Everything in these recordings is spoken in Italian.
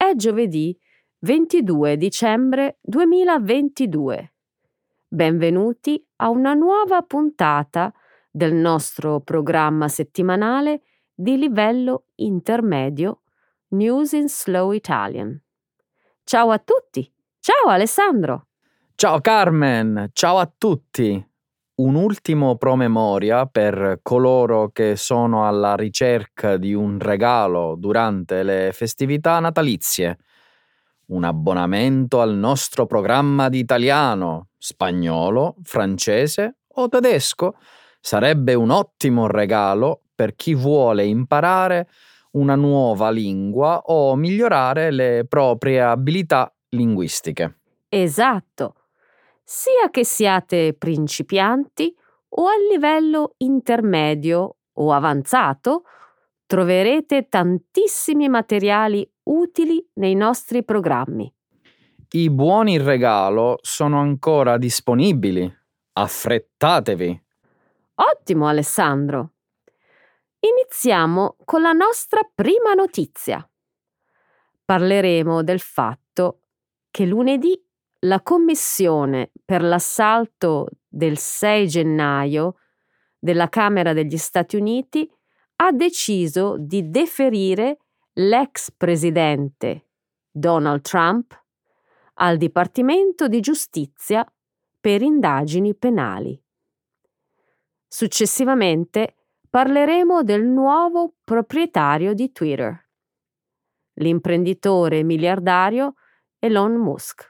È giovedì 22 dicembre 2022. Benvenuti a una nuova puntata del nostro programma settimanale di livello intermedio News in Slow Italian. Ciao a tutti! Ciao Alessandro! Ciao Carmen, ciao a tutti! Un ultimo promemoria per coloro che sono alla ricerca di un regalo durante le festività natalizie. Un abbonamento al nostro programma di italiano, spagnolo, francese o tedesco sarebbe un ottimo regalo per chi vuole imparare una nuova lingua o migliorare le proprie abilità linguistiche. Esatto! Sia che siate principianti o a livello intermedio o avanzato, troverete tantissimi materiali utili nei nostri programmi. I buoni in regalo sono ancora disponibili. Affrettatevi! Ottimo Alessandro! Iniziamo con la nostra prima notizia. Parleremo del fatto che lunedì la Commissione per l'assalto del 6 gennaio della Camera degli Stati Uniti ha deciso di deferire l'ex presidente Donald Trump al Dipartimento di Giustizia per indagini penali. Successivamente parleremo del nuovo proprietario di Twitter, l'imprenditore miliardario Elon Musk,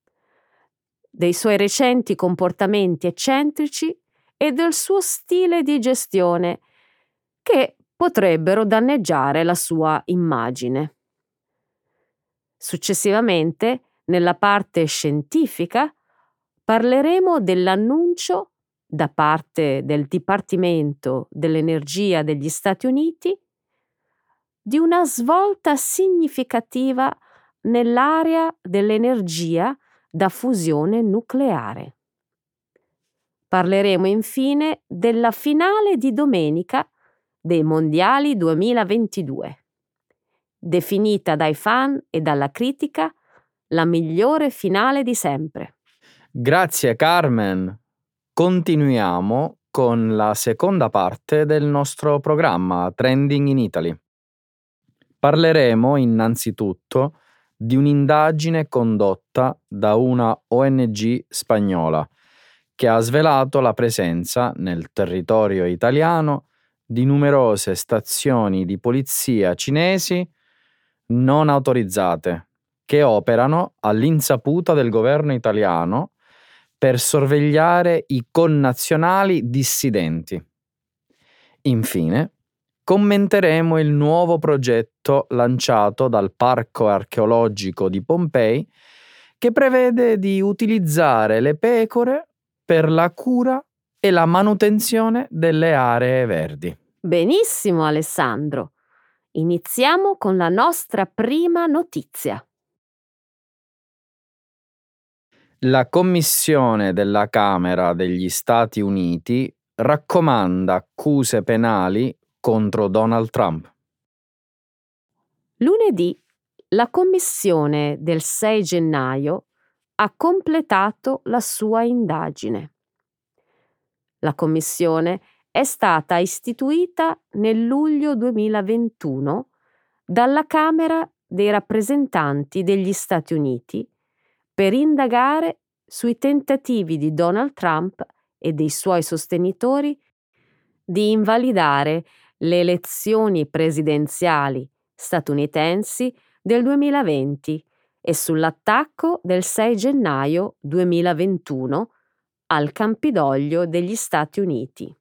dei suoi recenti comportamenti eccentrici e del suo stile di gestione che potrebbero danneggiare la sua immagine. Successivamente, nella parte scientifica, parleremo dell'annuncio da parte del Dipartimento dell'Energia degli Stati Uniti di una svolta significativa nell'area dell'energia da fusione nucleare. Parleremo infine della finale di domenica dei Mondiali 2022, definita dai fan e dalla critica la migliore finale di sempre. Grazie Carmen. Continuiamo con la seconda parte del nostro programma Trending in Italy. Parleremo innanzitutto di un'indagine condotta da una ONG spagnola che ha svelato la presenza nel territorio italiano di numerose stazioni di polizia cinesi non autorizzate che operano all'insaputa del governo italiano per sorvegliare i connazionali dissidenti. Infine, commenteremo il nuovo progetto lanciato dal Parco archeologico di Pompei che prevede di utilizzare le pecore per la cura e la manutenzione delle aree verdi. Benissimo Alessandro. Iniziamo con la nostra prima notizia. La Commissione della Camera degli Stati Uniti raccomanda accuse penali contro Donald Trump. Lunedì la Commissione del 6 gennaio ha completato la sua indagine. La Commissione è stata istituita nel luglio 2021 dalla Camera dei rappresentanti degli Stati Uniti per indagare sui tentativi di Donald Trump e dei suoi sostenitori di invalidare le elezioni presidenziali statunitensi del 2020 e sull'attacco del 6 gennaio 2021 al Campidoglio degli Stati Uniti.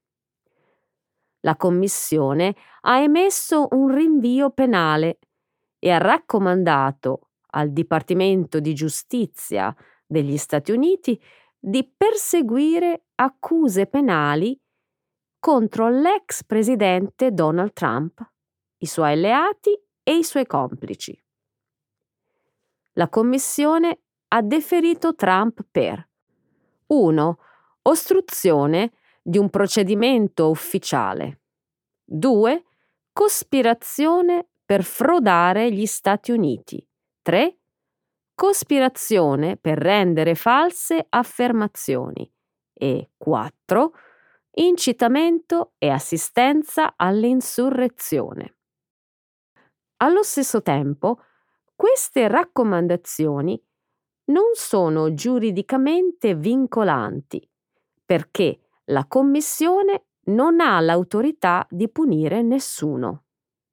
La Commissione ha emesso un rinvio penale e ha raccomandato al Dipartimento di Giustizia degli Stati Uniti di perseguire accuse penali contro l'ex presidente Donald Trump, i suoi alleati e i suoi complici. La Commissione ha deferito Trump per 1. Ostruzione di un procedimento ufficiale. 2. Cospirazione per frodare gli Stati Uniti. 3. Cospirazione per rendere false affermazioni. E 4. Incitamento e assistenza all'insurrezione. Allo stesso tempo, queste raccomandazioni non sono giuridicamente vincolanti, perché la Commissione non ha l'autorità di punire nessuno.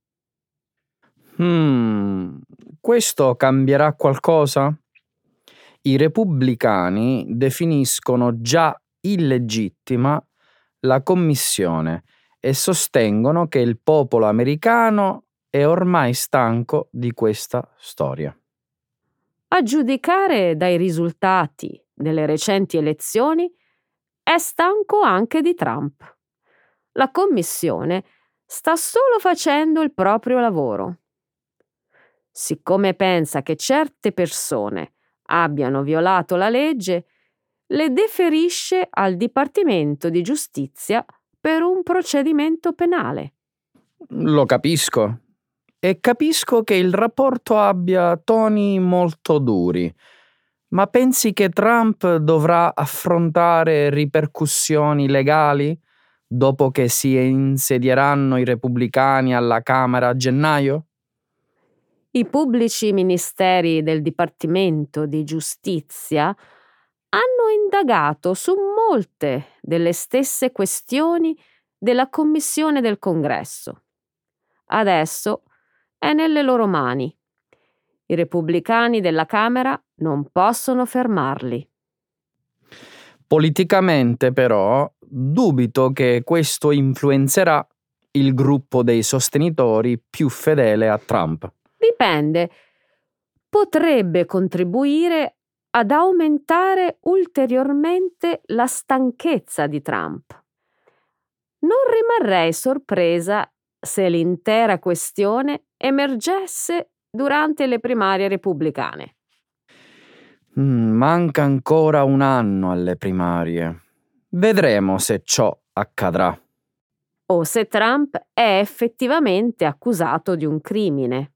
Questo cambierà qualcosa? I repubblicani definiscono già illegittima la commissione e sostengono che il popolo americano è ormai stanco di questa storia. A giudicare dai risultati delle recenti elezioni, è stanco anche di Trump. La Commissione sta solo facendo il proprio lavoro. Siccome pensa che certe persone abbiano violato la legge, le deferisce al Dipartimento di Giustizia per un procedimento penale. Lo capisco. E capisco che il rapporto abbia toni molto duri. Ma pensi che Trump dovrà affrontare ripercussioni legali dopo che si insedieranno i repubblicani alla Camera a gennaio? I pubblici ministeri del Dipartimento di Giustizia hanno indagato su molte delle stesse questioni della Commissione del Congresso. Adesso è nelle loro mani. I repubblicani della Camera non possono fermarli. Politicamente, però, dubito che questo influenzerà il gruppo dei sostenitori più fedele a Trump. Dipende. Potrebbe contribuire ad aumentare ulteriormente la stanchezza di Trump. Non rimarrei sorpresa se l'intera questione emergesse durante le primarie repubblicane. Manca ancora un anno alle primarie. Vedremo se ciò accadrà. O se Trump è effettivamente accusato di un crimine.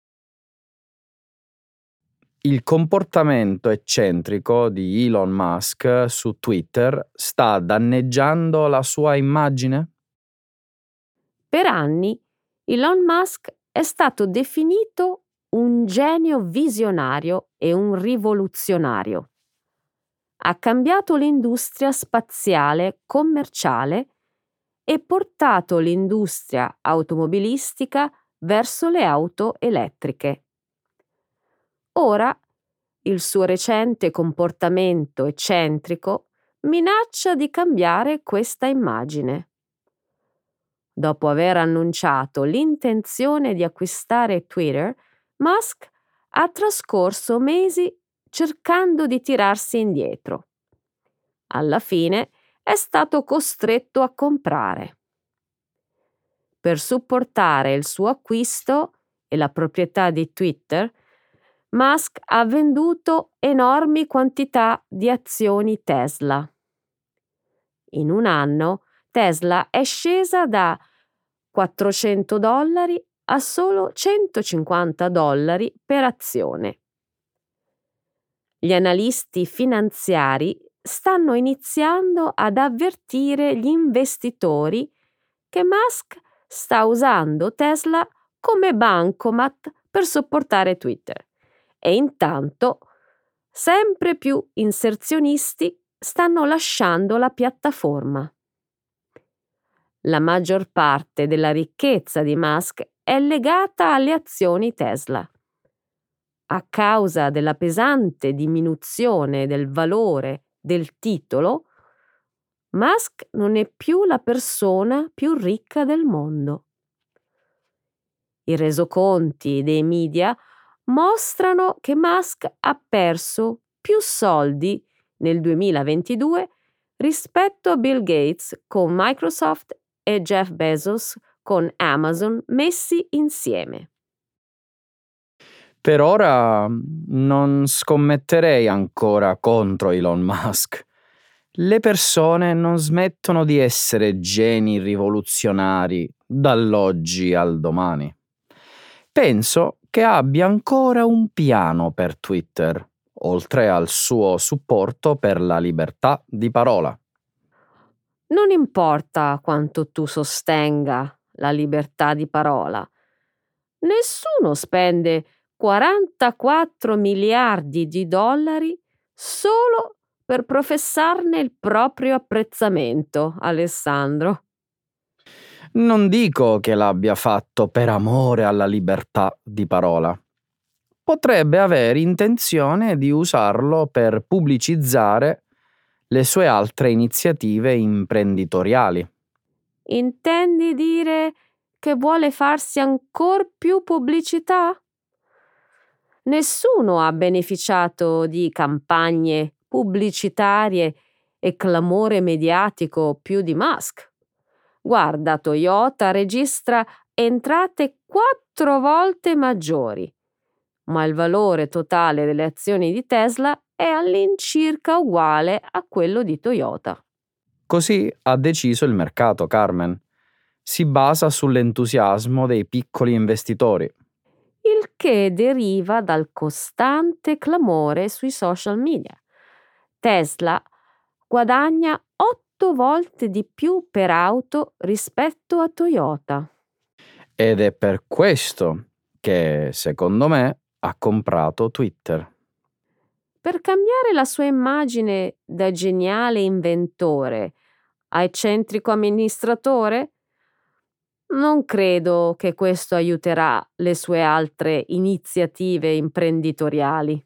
Il comportamento eccentrico di Elon Musk su Twitter sta danneggiando la sua immagine? Per anni Elon Musk è stato definito un genio visionario e un rivoluzionario. Ha cambiato l'industria spaziale commerciale e portato l'industria automobilistica verso le auto elettriche. Ora il suo recente comportamento eccentrico minaccia di cambiare questa immagine. Dopo aver annunciato l'intenzione di acquistare Twitter, Musk ha trascorso mesi cercando di tirarsi indietro. Alla fine è stato costretto a comprare. Per supportare il suo acquisto e la proprietà di Twitter, Musk ha venduto enormi quantità di azioni Tesla. In un anno Tesla è scesa da $400 a solo $150 per azione. Gli analisti finanziari stanno iniziando ad avvertire gli investitori che Musk sta usando Tesla come bancomat per supportare Twitter e intanto sempre più inserzionisti stanno lasciando la piattaforma. La maggior parte della ricchezza di Musk è legata alle azioni Tesla. A causa della pesante diminuzione del valore del titolo, Musk non è più la persona più ricca del mondo. I resoconti dei media mostrano che Musk ha perso più soldi nel 2022 rispetto a Bill Gates con Microsoft e Jeff Bezos con Amazon messi insieme. Per ora non scommetterei ancora contro Elon Musk. Le persone non smettono di essere geni rivoluzionari dall'oggi al domani. Penso che abbia ancora un piano per Twitter, oltre al suo supporto per la libertà di parola. Non importa quanto tu sostenga la libertà di parola, nessuno spende 44 miliardi di dollari solo per professarne il proprio apprezzamento, Alessandro. Non dico che l'abbia fatto per amore alla libertà di parola. Potrebbe avere intenzione di usarlo per pubblicizzare le sue altre iniziative imprenditoriali. Intendi dire che vuole farsi ancor più pubblicità? Nessuno ha beneficiato di campagne pubblicitarie e clamore mediatico più di Musk. Guarda, Toyota registra entrate 4 volte maggiori, ma il valore totale delle azioni di Tesla è all'incirca uguale a quello di Toyota. Così ha deciso il mercato, Carmen. Si basa sull'entusiasmo dei piccoli investitori. Il che deriva dal costante clamore sui social media. Tesla guadagna 8 volte di più per auto rispetto a Toyota. Ed è per questo che, secondo me, ha comprato Twitter. Per cambiare la sua immagine da geniale inventore a eccentrico amministratore? Non credo che questo aiuterà le sue altre iniziative imprenditoriali.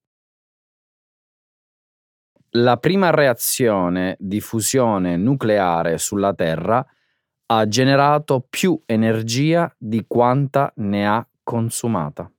La prima reazione di fusione nucleare sulla Terra ha generato più energia di quanta ne ha consumata.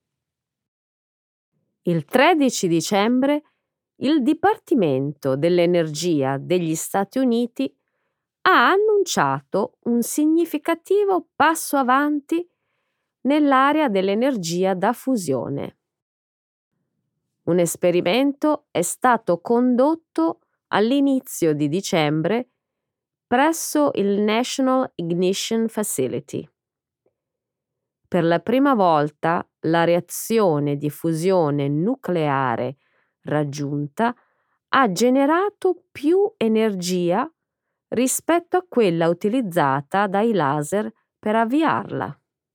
Il 13 dicembre il Dipartimento dell'Energia degli Stati Uniti ha annunciato un significativo passo avanti nell'area dell'energia da fusione. Un esperimento è stato condotto all'inizio di dicembre presso il National Ignition Facility. Per la prima volta la reazione di fusione nucleare raggiunta ha generato più energia rispetto a quella utilizzata dai laser per avviarla.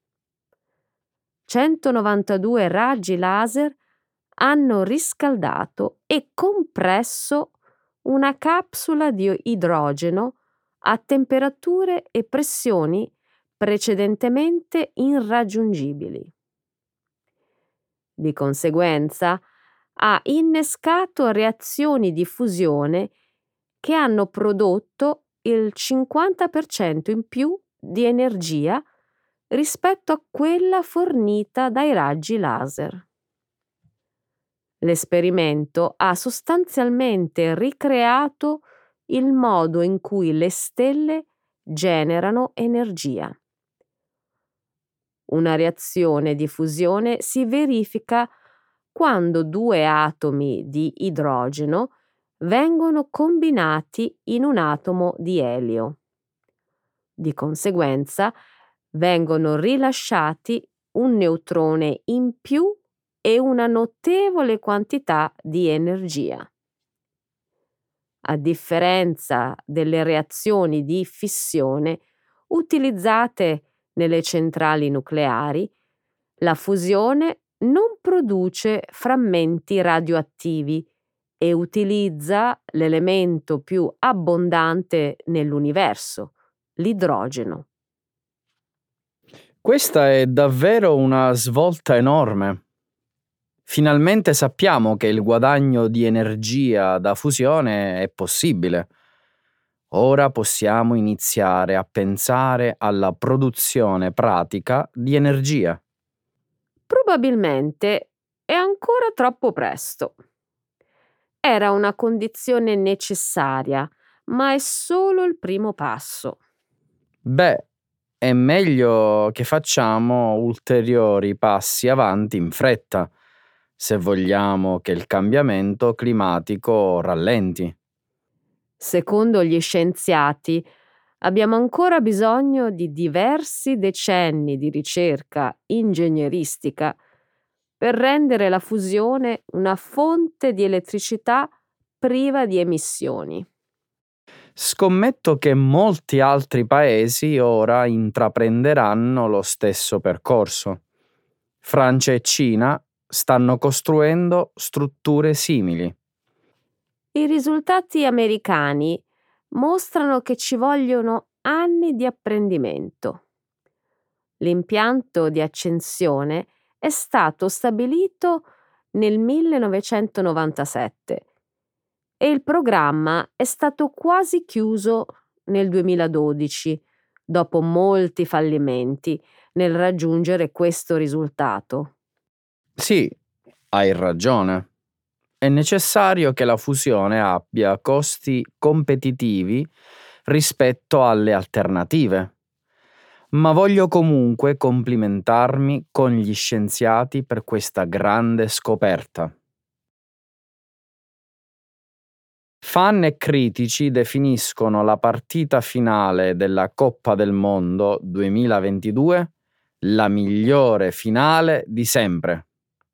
192 raggi laser hanno riscaldato e compresso una capsula di idrogeno a temperature e pressioni precedentemente irraggiungibili. Di conseguenza, ha innescato reazioni di fusione che hanno prodotto il 50% in più di energia rispetto a quella fornita dai raggi laser. L'esperimento ha sostanzialmente ricreato il modo in cui le stelle generano energia. Una reazione di fusione si verifica quando due atomi di idrogeno vengono combinati in un atomo di elio. Di conseguenza, vengono rilasciati un neutrone in più e una notevole quantità di energia. A differenza delle reazioni di fissione utilizzate nelle centrali nucleari, la fusione non produce frammenti radioattivi e utilizza l'elemento più abbondante nell'universo, l'idrogeno. Questa è davvero una svolta enorme. Finalmente sappiamo che il guadagno di energia da fusione è possibile. Ora possiamo iniziare a pensare alla produzione pratica di energia. Probabilmente è ancora troppo presto. Era una condizione necessaria, ma è solo il primo passo. Beh, è meglio che facciamo ulteriori passi avanti in fretta, se vogliamo che il cambiamento climatico rallenti. Secondo gli scienziati, Abbiamo ancora bisogno di diversi decenni di ricerca ingegneristica per rendere la fusione una fonte di elettricità priva di emissioni. Scommetto che molti altri paesi ora intraprenderanno lo stesso percorso. Francia e Cina stanno costruendo strutture simili. I risultati americani mostrano che ci vogliono anni di apprendimento. L'impianto di accensione è stato stabilito nel 1997 e il programma è stato quasi chiuso nel 2012, dopo molti fallimenti nel raggiungere questo risultato. Sì, hai ragione. È necessario che la fusione abbia costi competitivi rispetto alle alternative. Ma voglio comunque complimentarmi con gli scienziati per questa grande scoperta. Fan e critici definiscono la partita finale della Coppa del Mondo 2022 la migliore finale di sempre.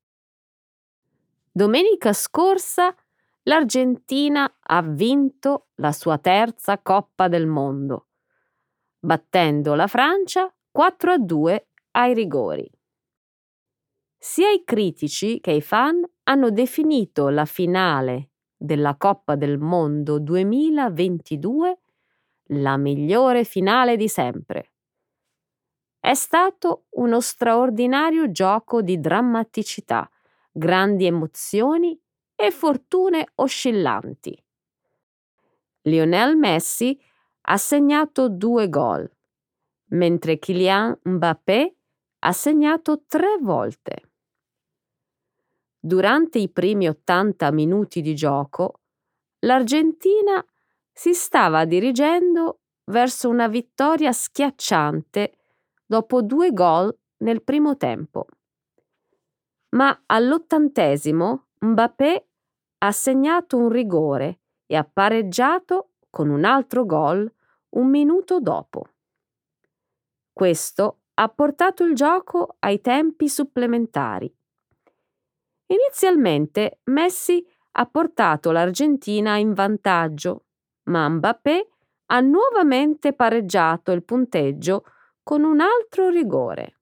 Domenica scorsa l'Argentina ha vinto la sua terza Coppa del Mondo, battendo la Francia 4-2 ai rigori. Sia i critici che i fan hanno definito la finale della Coppa del Mondo 2022 la migliore finale di sempre. È stato uno straordinario gioco di drammaticità, grandi emozioni e fortune oscillanti. Lionel Messi ha segnato 2 gol, mentre Kylian Mbappé ha segnato 3 volte. Durante i primi 80 minuti di gioco, l'Argentina si stava dirigendo verso una vittoria schiacciante dopo 2 gol nel primo tempo. Ma all'80° Mbappé ha segnato un rigore e ha pareggiato con un altro gol un minuto dopo. Questo ha portato il gioco ai tempi supplementari. Inizialmente Messi ha portato l'Argentina in vantaggio, ma Mbappé ha nuovamente pareggiato il punteggio con un altro rigore.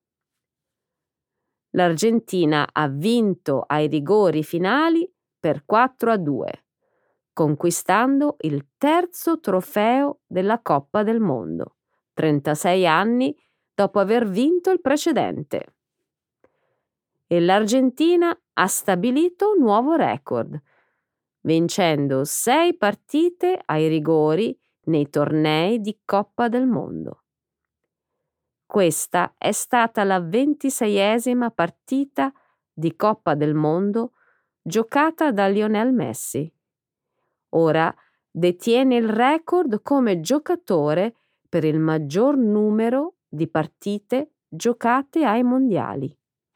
L'Argentina ha vinto ai rigori finali per 4-2, conquistando il terzo trofeo della Coppa del Mondo, 36 anni dopo aver vinto il precedente. E l'Argentina ha stabilito un nuovo record, vincendo 6 partite ai rigori nei tornei di Coppa del Mondo. Questa è stata la 26esima partita di Coppa del Mondo giocata da Lionel Messi. Ora detiene il record come giocatore per il maggior numero di partite giocate ai mondiali.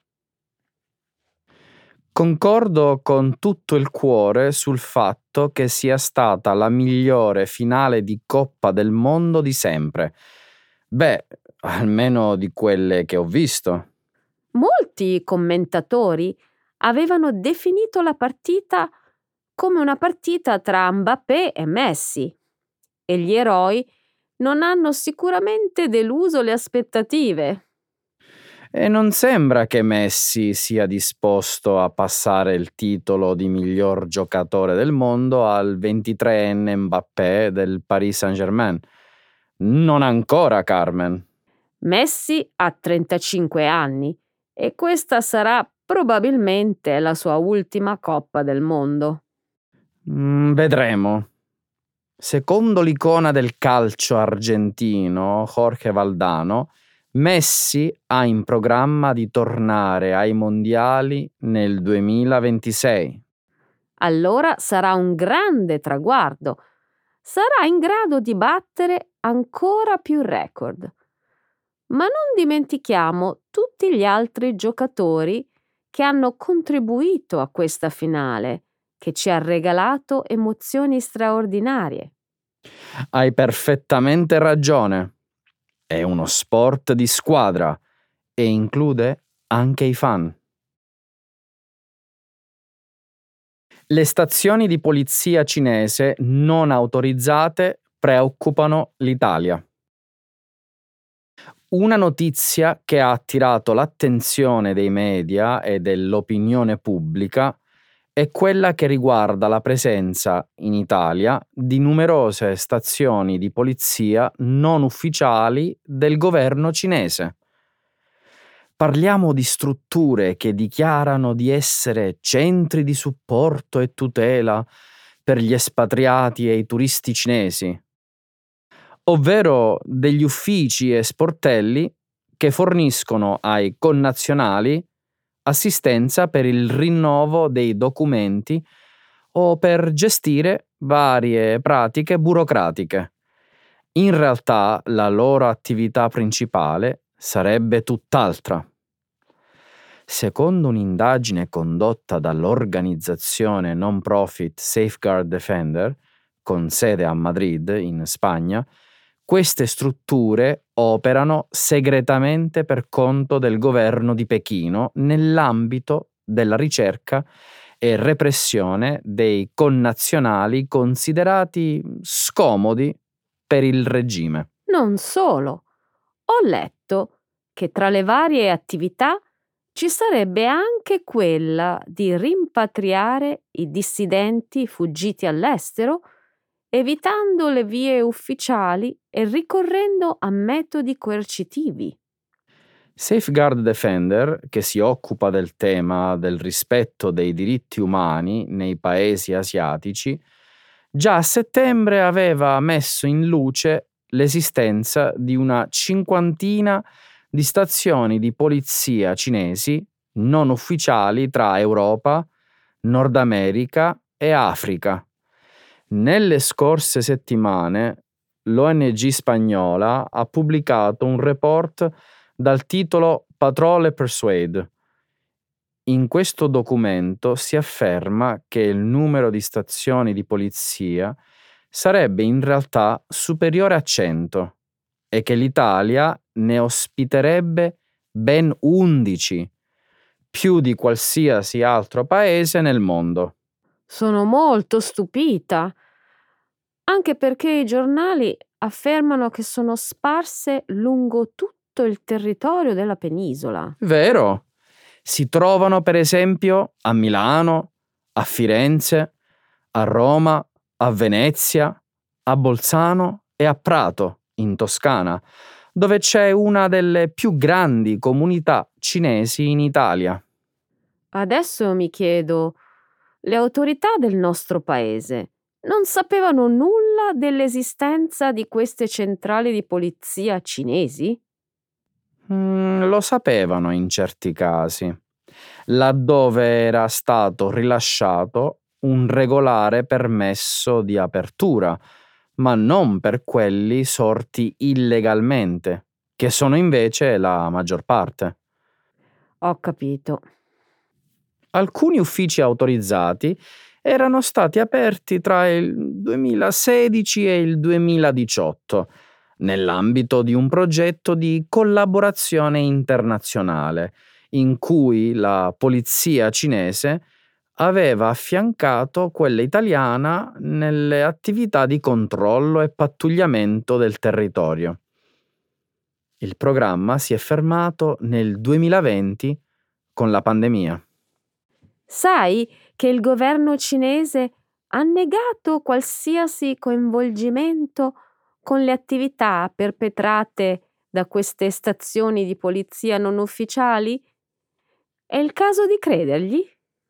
Concordo con tutto il cuore sul fatto che sia stata la migliore finale di Coppa del Mondo di sempre. Beh, almeno di quelle che ho visto. Molti commentatori avevano definito la partita come una partita tra Mbappé e Messi e gli eroi non hanno sicuramente deluso le aspettative. E non sembra che Messi sia disposto a passare il titolo di miglior giocatore del mondo al 23enne Mbappé del Paris Saint-Germain. Non ancora, Carmen. Messi ha 35 anni e questa sarà probabilmente la sua ultima Coppa del Mondo. Vedremo. Secondo l'icona del calcio argentino, Jorge Valdano, Messi ha in programma di tornare ai mondiali nel 2026. Allora sarà un grande traguardo. Sarà in grado di battere ancora più record. Ma non dimentichiamo tutti gli altri giocatori che hanno contribuito a questa finale, che ci ha regalato emozioni straordinarie. Hai perfettamente ragione. È uno sport di squadra e include anche i fan. Le stazioni di polizia cinese non autorizzate preoccupano l'Italia. Una notizia che ha attirato l'attenzione dei media e dell'opinione pubblica è quella che riguarda la presenza in Italia di numerose stazioni di polizia non ufficiali del governo cinese. Parliamo di strutture che dichiarano di essere centri di supporto e tutela per gli espatriati e i turisti cinesi, ovvero degli uffici e sportelli che forniscono ai connazionali assistenza per il rinnovo dei documenti o per gestire varie pratiche burocratiche. In realtà la loro attività principale sarebbe tutt'altra. Secondo un'indagine condotta dall'organizzazione non profit Safeguard Defender, con sede a Madrid, in Spagna, queste strutture operano segretamente per conto del governo di Pechino nell'ambito della ricerca e repressione dei connazionali considerati scomodi per il regime. Non solo. Ho letto che tra le varie attività ci sarebbe anche quella di rimpatriare i dissidenti fuggiti all'estero, evitando le vie ufficiali e ricorrendo a metodi coercitivi. Safeguard Defender, che si occupa del tema del rispetto dei diritti umani nei paesi asiatici, già a settembre aveva messo in luce l'esistenza di una cinquantina di stazioni di polizia cinesi non ufficiali tra Europa, Nord America e Africa. Nelle scorse settimane l'ONG spagnola ha pubblicato un report dal titolo Patrol e Persuade. In questo documento si afferma che il numero di stazioni di polizia sarebbe in realtà superiore a 100 e che l'Italia ne ospiterebbe ben 11, più di qualsiasi altro paese nel mondo. Sono molto stupita, anche perché i giornali affermano che sono sparse lungo tutto il territorio della penisola. Vero? Si trovano per esempio a Milano, a Firenze, a Roma, a Venezia, a Bolzano e a Prato, in Toscana, dove c'è una delle più grandi comunità cinesi in Italia. Adesso mi chiedo, le autorità del nostro paese non sapevano nulla dell'esistenza di queste centrali di polizia cinesi? Lo sapevano in certi casi, laddove era stato rilasciato un regolare permesso di apertura, ma non per quelli sorti illegalmente, che sono invece la maggior parte. Ho capito. Alcuni uffici autorizzati erano stati aperti tra il 2016 e il 2018, nell'ambito di un progetto di collaborazione internazionale, in cui la polizia cinese aveva affiancato quella italiana nelle attività di controllo e pattugliamento del territorio. Il programma si è fermato nel 2020 con la pandemia. Sai che il governo cinese ha negato qualsiasi coinvolgimento con le attività perpetrate da queste stazioni di polizia non ufficiali? È il caso di credergli?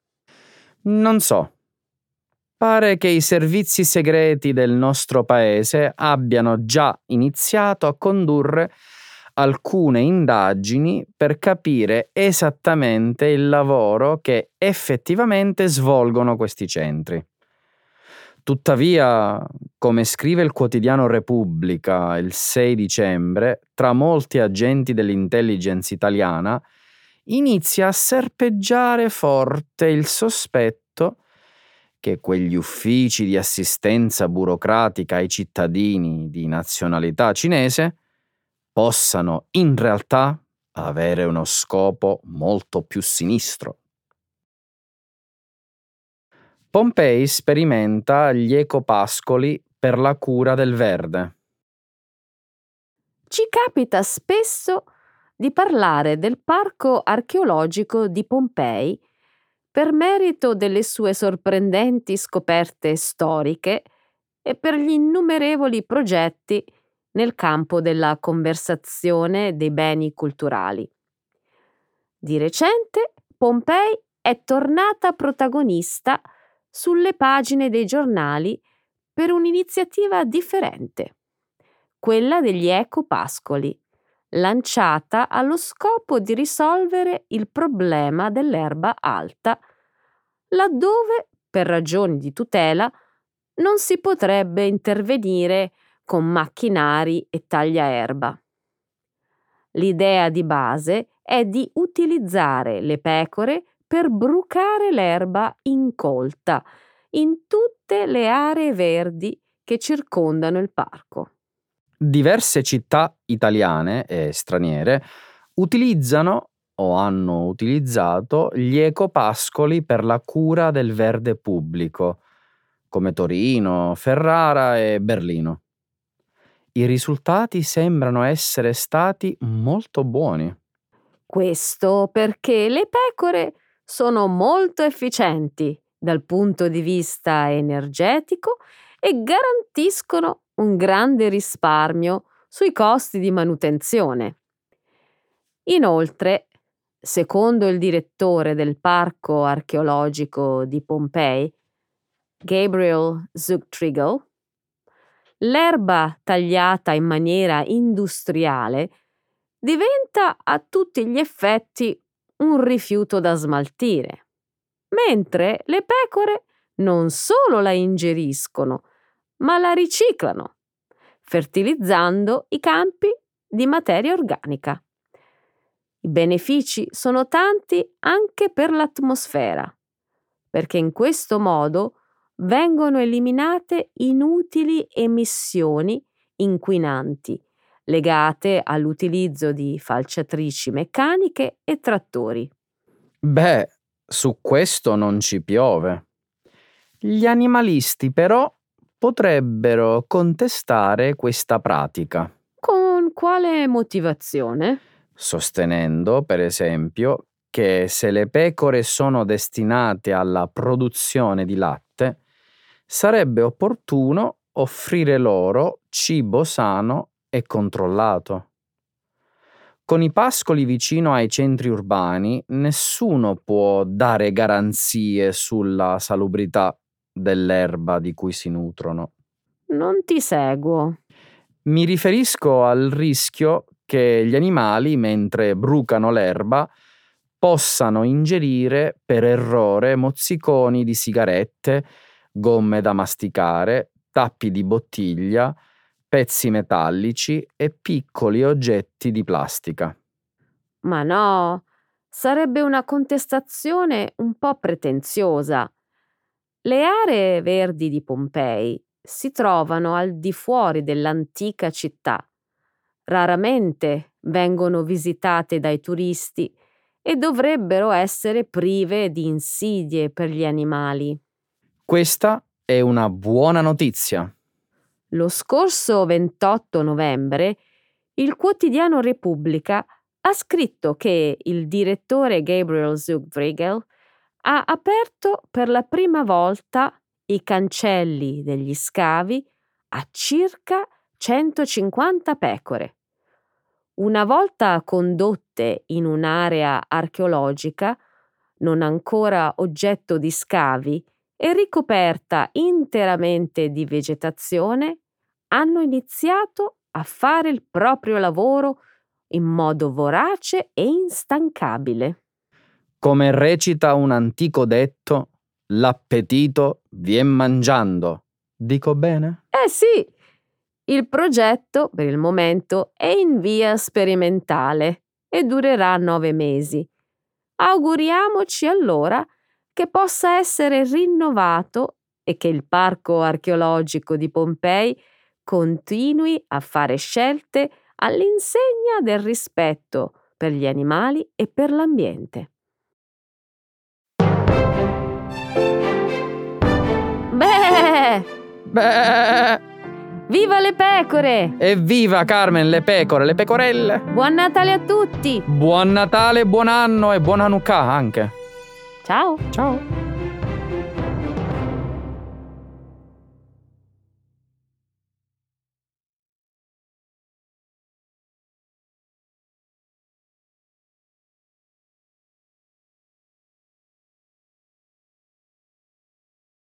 Non so. Pare che i servizi segreti del nostro paese abbiano già iniziato a condurre alcune indagini per capire esattamente il lavoro che effettivamente svolgono questi centri. Tuttavia, come scrive il quotidiano Repubblica il 6 dicembre, tra molti agenti dell'intelligence italiana inizia a serpeggiare forte il sospetto che quegli uffici di assistenza burocratica ai cittadini di nazionalità cinese possano in realtà avere uno scopo molto più sinistro. Pompei sperimenta gli ecopascoli per la cura del verde. Ci capita spesso di parlare del parco archeologico di Pompei per merito delle sue sorprendenti scoperte storiche e per gli innumerevoli progetti nel campo della conservazione dei beni culturali. Di recente Pompei è tornata protagonista sulle pagine dei giornali per un'iniziativa differente, quella degli ecopascoli, lanciata allo scopo di risolvere il problema dell'erba alta, laddove, per ragioni di tutela, non si potrebbe intervenire con macchinari e tagliaerba. L'idea di base è di utilizzare le pecore per brucare l'erba incolta in tutte le aree verdi che circondano il parco. Diverse città italiane e straniere utilizzano o hanno utilizzato gli ecopascoli per la cura del verde pubblico, come Torino, Ferrara e Berlino. I risultati sembrano essere stati molto buoni. Questo perché le pecore sono molto efficienti dal punto di vista energetico e garantiscono un grande risparmio sui costi di manutenzione. Inoltre, secondo il direttore del Parco archeologico di Pompei, Gabriel Zuchtriegel, l'erba tagliata in maniera industriale diventa a tutti gli effetti un rifiuto da smaltire, mentre le pecore non solo la ingeriscono, ma la riciclano, fertilizzando i campi di materia organica. I benefici sono tanti anche per l'atmosfera, perché in questo modo vengono eliminate inutili emissioni inquinanti legate all'utilizzo di falciatrici meccaniche e trattori. Beh, su questo non ci piove. Gli animalisti però potrebbero contestare questa pratica, Con quale motivazione? sostenendo, per esempio, che se le pecore sono destinate alla produzione di latte, sarebbe opportuno offrire loro cibo sano e controllato. Con i pascoli vicino ai centri urbani, nessuno può dare garanzie sulla salubrità dell'erba di cui si nutrono. Non ti seguo. Mi riferisco al rischio che gli animali, mentre brucano l'erba, possano ingerire per errore mozziconi di sigarette, gomme da masticare, tappi di bottiglia, pezzi metallici e piccoli oggetti di plastica. Ma no, sarebbe una contestazione un po' pretenziosa. Le aree verdi di Pompei si trovano al di fuori dell'antica città. Raramente vengono visitate dai turisti e dovrebbero essere prive di insidie per gli animali. Questa è una buona notizia. Lo scorso 28 novembre il quotidiano Repubblica ha scritto che il direttore Gabriel Zuchtriegel ha aperto per la prima volta i cancelli degli scavi a circa 150 pecore. Una volta condotte in un'area archeologica, non ancora oggetto di scavi e ricoperta interamente di vegetazione, hanno iniziato a fare il proprio lavoro in modo vorace e instancabile. Come recita un antico detto, l'appetito vien mangiando. Dico bene? Eh sì, il progetto per il momento è in via sperimentale e durerà 9 mesi. Auguriamoci allora che possa essere rinnovato e che il Parco Archeologico di Pompei continui a fare scelte all'insegna del rispetto per gli animali e per l'ambiente. Beh! Beh! Viva le pecore! Evviva Carmen, le pecore, le pecorelle! Buon Natale a tutti! Buon Natale, buon anno e buon Hanukkah anche! Ciao! Ciao!